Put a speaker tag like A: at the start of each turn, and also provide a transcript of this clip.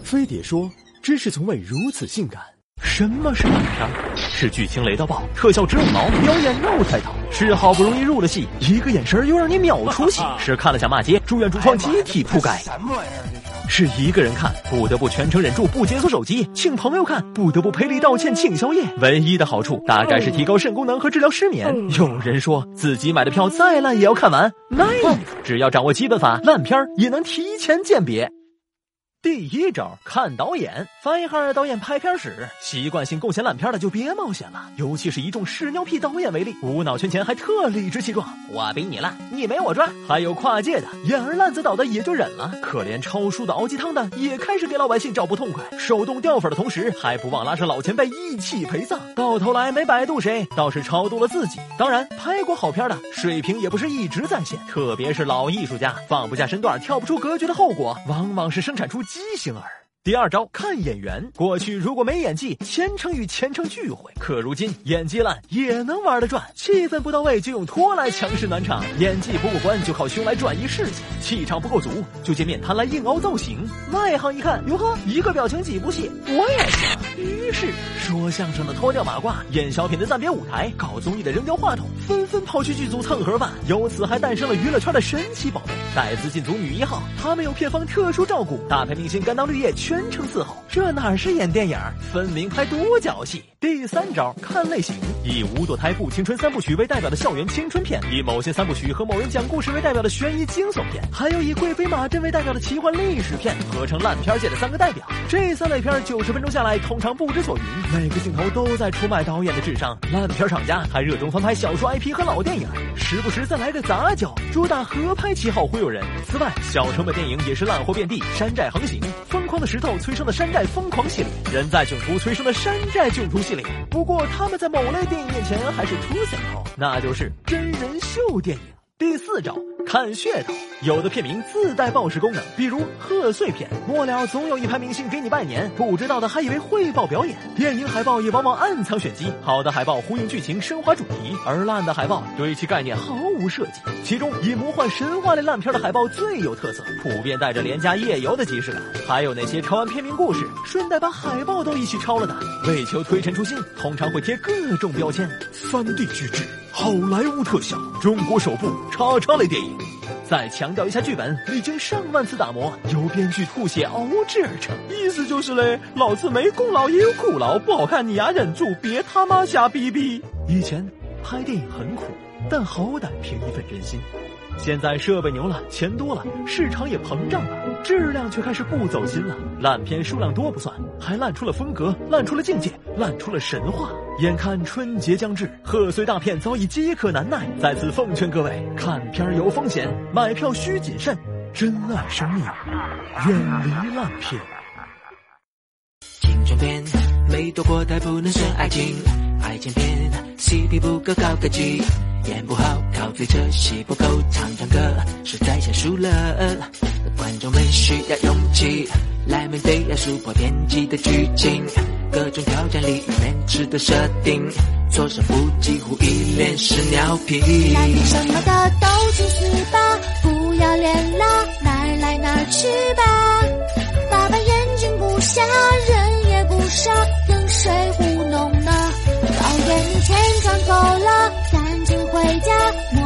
A: 飞碟说：“知识从未如此性感。”什么是烂片？是剧情雷到爆，特效直入脑，表演no才逃；是好不容易入了戏，一个眼神又让你秒出戏；是看了想骂街，住院主创集体铺盖；是一个人看，不得不全程忍住不解锁手机；请朋友看，不得不赔礼道歉请宵夜。唯一的好处大概是提高肾功能和治疗失眠。有人说自己买的票再烂也要看完，只要掌握基本法，烂片也能提前鉴别。第一招，看导演。翻一下导演拍片史，习惯性贡献烂片的就别冒险了，尤其是一众屎尿屁导演为例，无脑圈钱还特理直气壮，我比你烂，你没我赚。还有跨界的，演而烂则倒的也就忍了，可怜超叔的熬鸡汤的也开始给老百姓找不痛快，手动掉粉的同时还不忘拉上老前辈一起陪葬，到头来没百度谁，倒是超度了自己。当然拍过好片的水平也不是一直在线，特别是老艺术家，放不下身段跳不出格局的后果往往是生产出畸形儿。第二招，看演员。过去如果没演技，前程与前程俱毁，可如今演技烂也能玩得转，气氛不到位就用拖来强势暖场，演技不过关就靠胸来转移视线，气场不够足就借面瘫来硬凹造型。外行一看，哟呵，一个表情几部戏，我也行。于是说相声的脱掉马褂，演小品的暂别舞台，搞综艺的扔掉话筒，纷纷跑去剧组蹭盒饭。由此还诞生了娱乐圈的神奇宝贝带资进组女一号，他们有片方特殊照顾，大牌明星甘当绿叶全程伺候，这哪是演电影，分明拍独角戏。第三招，看类型。以无堕胎不青春三部曲为代表的校园青春片，以某些三部曲和某人讲故事为代表的悬疑惊悚片，还有以贵妃马珍为代表的奇幻历史片，合成烂片界的三个代表。这三类片90分钟下来通常不知所云，每个镜头都在出卖导演的智商。烂片厂家还热衷翻拍小说 IP 和老电影，时不时再来个杂交，主打合拍旗号忽悠人。此外，小成本电影也是烂货遍地，山寨横行，疯狂的石头催生的山寨疯狂系列，人在囧途催生的山寨囧途系列。不过他们在某类电影面前还是 too simple， 那就是真人秀电影。第四招，看噱头。有的片名自带报时功能，比如贺岁片，末了总有一排明星给你拜年，不知道的还以为汇报表演。电影海报也往往暗藏玄机，好的海报呼应剧情升华主题，而烂的海报堆砌概念毫无设计。其中以魔幻神话类烂片的海报最有特色，普遍带着廉价夜游的即视感。还有那些抄完片名故事，顺带把海报都一起抄了的，为求推陈出新，通常会贴各种标签，3D 巨制、好莱坞特效、中国首部叉叉类电影。再强调一下剧本，历经上万次打磨，由编剧吐血熬制而成。
B: 意思就是嘞，老子没功劳也有苦劳，不好看你呀忍住，别他妈瞎逼逼。
A: 以前拍电影很苦，但好歹凭一份真心。现在设备牛了，钱多了，市场也膨胀了，质量却开始不走心了。烂片数量多不算，还烂出了风格，烂出了境界，烂出了神话。眼看春节将至，贺岁大片早已饥渴难耐，在此奉劝各位，看片有风险，买票需谨慎，珍爱生命，远离烂片。
C: 青春片没躲过太不能生爱情，爱情片 CP 不够高科技，演不好靠嘴车，戏不够唱歌，实在想输了。观众们需要勇气来面对要突破编辑的剧情，各种挑战里面值得设定，措手不及乎一脸是尿屁。
D: 烂片什么的都去死吧，不要脸啦，哪儿来哪儿去吧。大白眼睛不瞎，人也不傻，等谁糊弄呢？导演你钱赚够了，赶紧回家。